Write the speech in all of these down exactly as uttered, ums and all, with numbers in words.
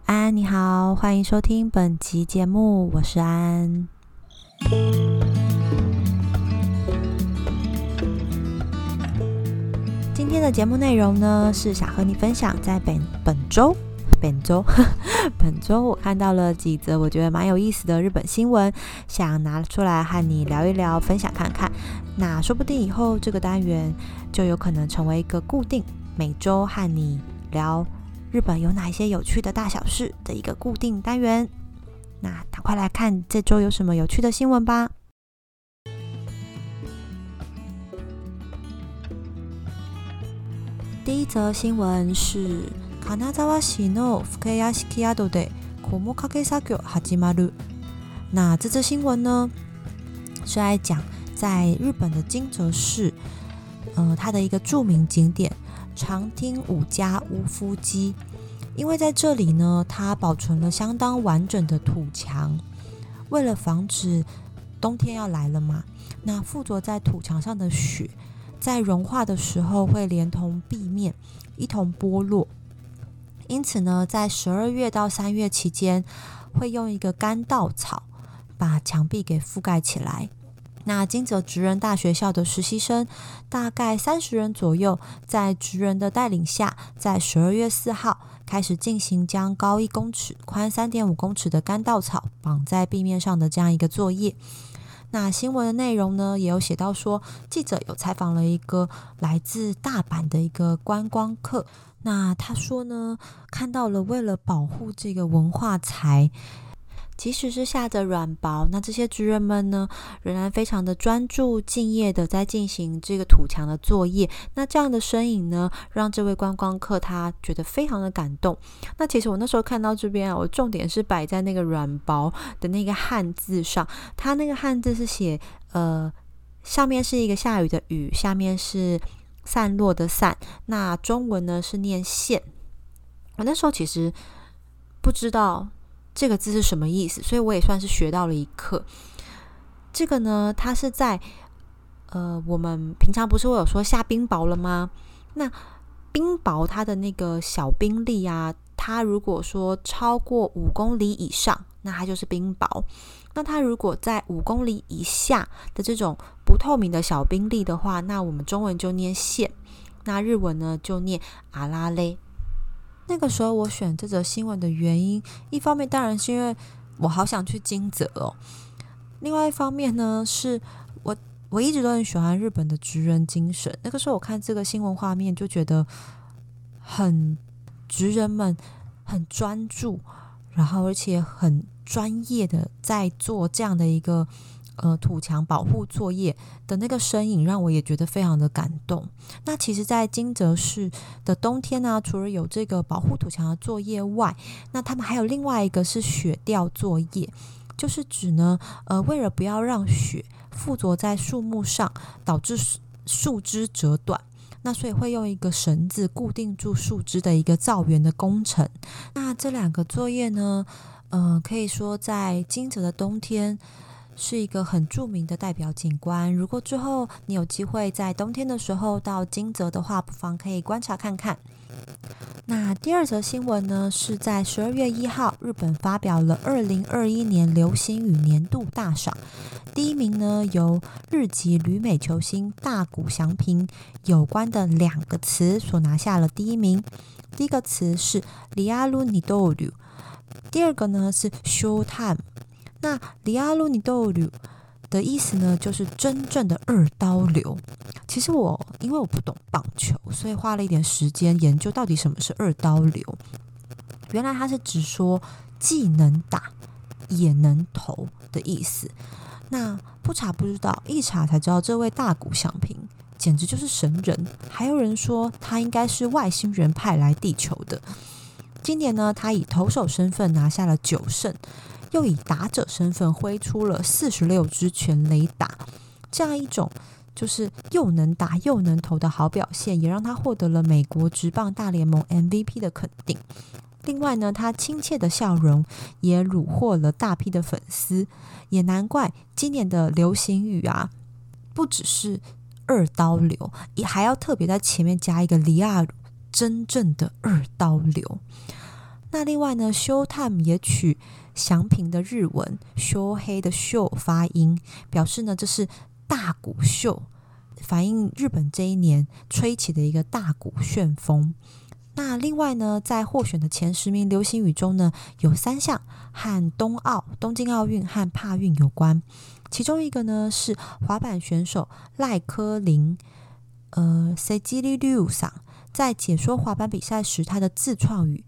安，你好，欢迎收听本集节目，我是安。今天的节目内容呢，是想和你分享在本本周本周本周我看到了几则我觉得蛮有意思的日本新闻，想拿出来和你聊一聊，分享看看。那说不定以后这个单元就有可能成为一个固定，每周和你聊日本有哪一些有趣的大小事的一个固定单元。那赶快来看这周有什么有趣的新闻吧。第一则新闻是金沢市の福屋敷宿で菰掛け作業始まる。那这则新闻呢，是在讲在日本的金泽市，呃，它的一个著名景点长町五家屋夫基。因为在这里呢，它保存了相当完整的土墙，为了防止冬天要来了嘛，那附着在土墙上的雪在融化的时候会连同壁面一同剥落，因此呢，在十二月到三月期间，会用一个干稻草把墙壁给覆盖起来。那金泽职人大学校的实习生大概三十人左右，在职人的带领下，在十二月四号开始进行将高一公尺、宽三点五公尺的干稻草绑在壁面上的这样一个作业。那新闻的内容呢，也有写到说，记者有采访了一个来自大阪的一个观光客，那他说呢，看到了为了保护这个文化财，即使是下着软薄，那这些职人们呢，仍然非常的专注敬业的在进行这个土墙的作业。那这样的身影呢，让这位观光客他觉得非常的感动。那其实我那时候看到这边啊，我重点是摆在那个软薄的那个汉字上，它那个汉字是写呃，上面是一个下雨的雨，下面是散落的散，那中文呢是念线。我那时候其实不知道这个字是什么意思，所以我也算是学到了一课。这个呢，它是在呃，我们平常不是会有说下冰雹了吗？那冰雹它的那个小冰粒啊，它如果说超过五公里以上，那它就是冰雹。那它如果在五公里以下的这种不透明的小冰粒的话，那我们中文就念线，那日文呢就念阿拉勒。那个时候我选这则新闻的原因，一方面当然是因为我好想去金泽哦，另外一方面呢，是我我一直都很喜欢日本的职人精神。那个时候我看这个新闻画面，就觉得很职人们很专注，然后而且很专业的在做这样的一个呃土墙保护作业的那个身影，让我也觉得非常的感动。那其实在金泽市的冬天呢、啊，除了有这个保护土墙的作业外，那他们还有另外一个是雪吊作业，就是指呢呃为了不要让雪附着在树木上导致树枝折断，那所以会用一个绳子固定住树枝的一个造园的工程。那这两个作业呢呃可以说在金泽的冬天是一个很著名的代表景观。如果之后你有机会在冬天的时候到金泽的话，不妨可以观察看看。那第二则新闻呢，是在十二月一号，日本发表了二零二一年流行语年度大赏。第一名呢，由日籍旅美球星大谷翔平有关的两个词所拿下了第一名。第一个词是リアル二刀流，第二个呢是 Showtime。那リアル二刀流的意思呢，就是真正的二刀流。其实我因为我不懂棒球，所以花了一点时间研究到底什么是二刀流。原来它是指说既能打也能投的意思。那不查不知道，一查才知道这位大谷翔平简直就是神人，还有人说他应该是外星人派来地球的。今年呢，他以投手身份拿下了九胜，又以打者身份挥出了四十六支全垒打，这样一种就是又能打又能投的好表现，也让他获得了美国职棒大联盟 M V P 的肯定。另外呢，他亲切的笑容也虏获了大批的粉丝，也难怪今年的流行语啊，不只是二刀流，也还要特别在前面加一个里亚鲁，真正的二刀流。 那另外呢 Showtime 也取祥平的日文修黑的秀发音，表示呢这是大谷秀，反映日本这一年吹起的一个大谷旋风。那另外呢，在获选的前十名流行语中呢，有三项和冬奥、东京奥运和帕运有关。其中一个呢是滑板选手赖科林，呃 ，Seijiri Ryu さん在解说滑板比赛时，他的自创语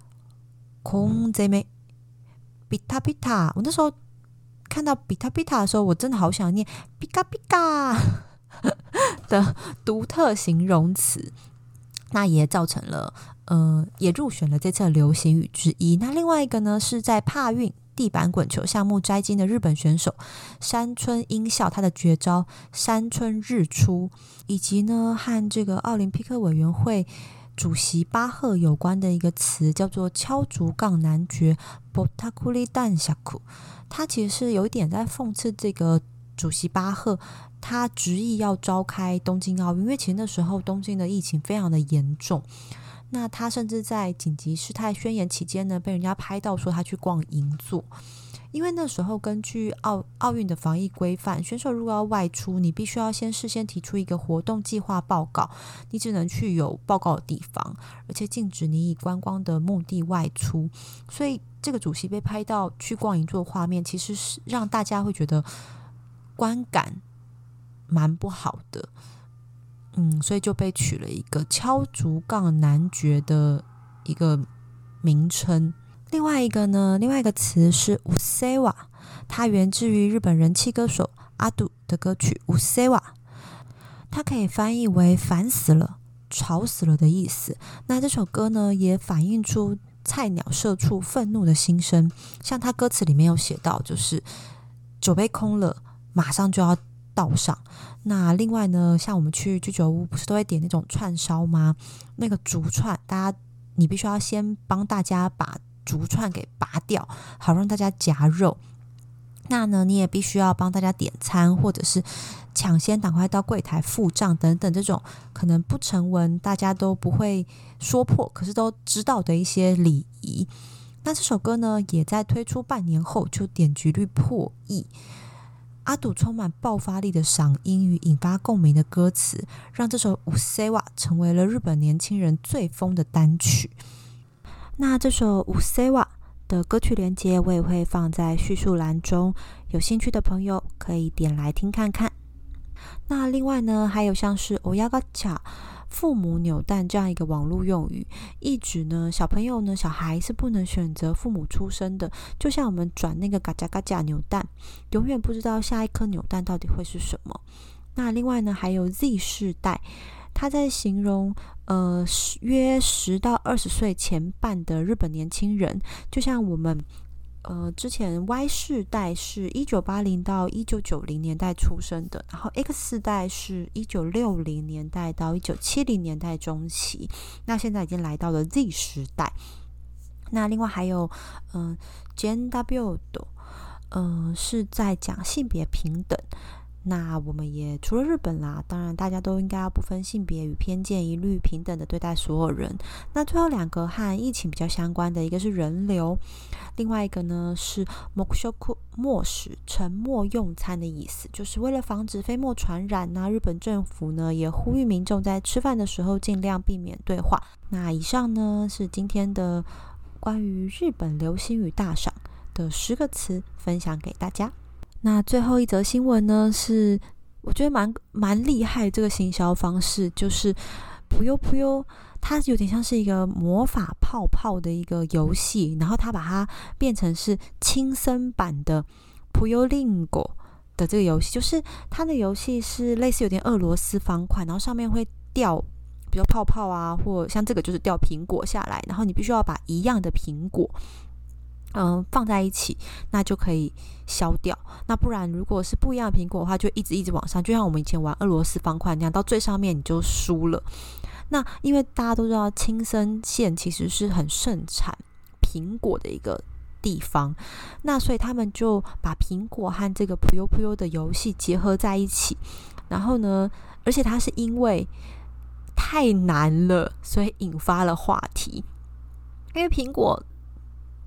“空贼美比塔比塔”，我那时候看到比塔比塔的时候，我真的好想念“比卡比卡”的独特形容词。那也造成了，呃，也入选了这次的流行语之一。那另外一个呢，是在帕运地板滚球项目摘金的日本选手山村英孝，他的绝招山村日出，以及呢和这个奥林匹克委员会主席巴赫有关的一个词叫做敲竹杠男爵 Botakuri Danshaku， 他其实是有一点在讽刺这个主席巴赫。他执意要召开东京奥运，因为其实那时候东京的疫情非常的严重。那他甚至在紧急事态宣言期间呢，被人家拍到说他去逛银座。因为那时候根据奥奥运的防疫规范，选手如果要外出，你必须要先事先提出一个活动计划报告，你只能去有报告的地方，而且禁止你以观光的目的外出。所以这个主席被拍到去逛银座的画面，其实是让大家会觉得观感蛮不好的，嗯，所以就被取了一个敲竹杠男爵的一个名称。另外一个呢，另外一个词是うせわ，它源自于日本人气歌手阿杜的歌曲うせわ，它可以翻译为烦死了、吵死了的意思。那这首歌呢，也反映出菜鸟社畜愤怒的心声。像他歌词里面有写到，就是酒杯空了，马上就要倒上。那另外呢，像我们去居酒屋不是都会点那种串烧吗？那个竹串，大家你必须要先帮大家把竹串给拔掉，好让大家夹肉。那呢，你也必须要帮大家点餐，或者是抢先赶快到柜台付账等等，这种可能不成文大家都不会说破，可是都知道的一些礼仪。那这首歌呢，也在推出半年后就点击率破亿。阿杜充满爆发力的嗓音与引发共鸣的歌词，让这首うせわ成为了日本年轻人最疯的单曲。那这首うせわ的歌曲连结我也会放在叙述栏中，有兴趣的朋友可以点来听看看。那另外呢，还有像是親ガチャ父母扭蛋这样一个网络用语，意指呢小朋友呢小孩是不能选择父母出生的，就像我们转那个嘎加嘎加扭蛋，永远不知道下一颗扭蛋到底会是什么。那另外呢，还有 Z 世代，他在形容呃约十到二十岁前半的日本年轻人，就像我们呃，之前 Y 世代是一九八零到一九九零年代出生的，然后 X 世代是一九六零年代到一九七零年代中期，那现在已经来到了 Z 时代。那另外还有嗯 Gender Build， 嗯是在讲性别平等。那我们也除了日本啦，当然大家都应该要不分性别与偏见，一律平等的对待所有人。那最后两个和疫情比较相关的，一个是人流，另外一个呢是黙食默食沉默用餐的意思，就是为了防止飞沫传染，那日本政府呢也呼吁民众在吃饭的时候尽量避免对话。那以上呢是今天的关于日本流行语大赏的十个词分享给大家。那最后一则新闻呢，是我觉得蛮蛮厉害这个行销方式，就是噗悠噗悠，它有点像是一个魔法泡泡的一个游戏，然后它把它变成是轻声版的噗悠令果的这个游戏，就是它的游戏是类似有点俄罗斯方块，然后上面会掉比如泡泡啊，或像这个就是掉苹果下来，然后你必须要把一样的苹果嗯，放在一起，那就可以消掉。那不然如果是不一样的苹果的话，就一直一直往上，就像我们以前玩俄罗斯方块那样，到最上面你就输了。那因为大家都知道青森县其实是很盛产苹果的一个地方，那所以他们就把苹果和这个噗悠噗悠的游戏结合在一起。然后呢，而且它是因为太难了，所以引发了话题。因为苹果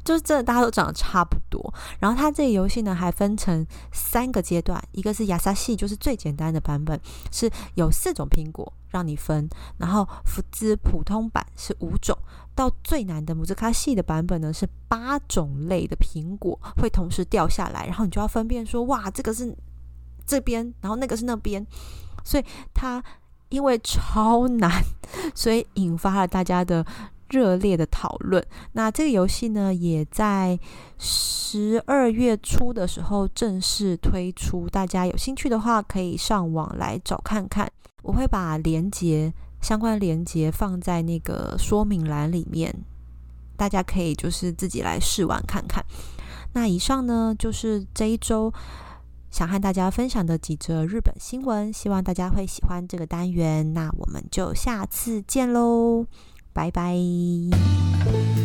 就是真的大家都长得差不多。然后它这个游戏呢还分成三个阶段，一个是亚萨系，就是最简单的版本，是有四种苹果让你分，然后福兹普通版是五种，到最难的姆兹卡系的版本呢是八种类的苹果会同时掉下来，然后你就要分辨说，哇，这个是这边，然后那个是那边，所以它因为超难，所以引发了大家的热烈的讨论。那这个游戏呢，也在十二月初的时候正式推出，大家有兴趣的话可以上网来找看看。我会把连结相关连结放在那个说明栏里面，大家可以就是自己来试玩看看。那以上呢，就是这一周想和大家分享的几则日本新闻，希望大家会喜欢这个单元。那我们就下次见喽，拜拜。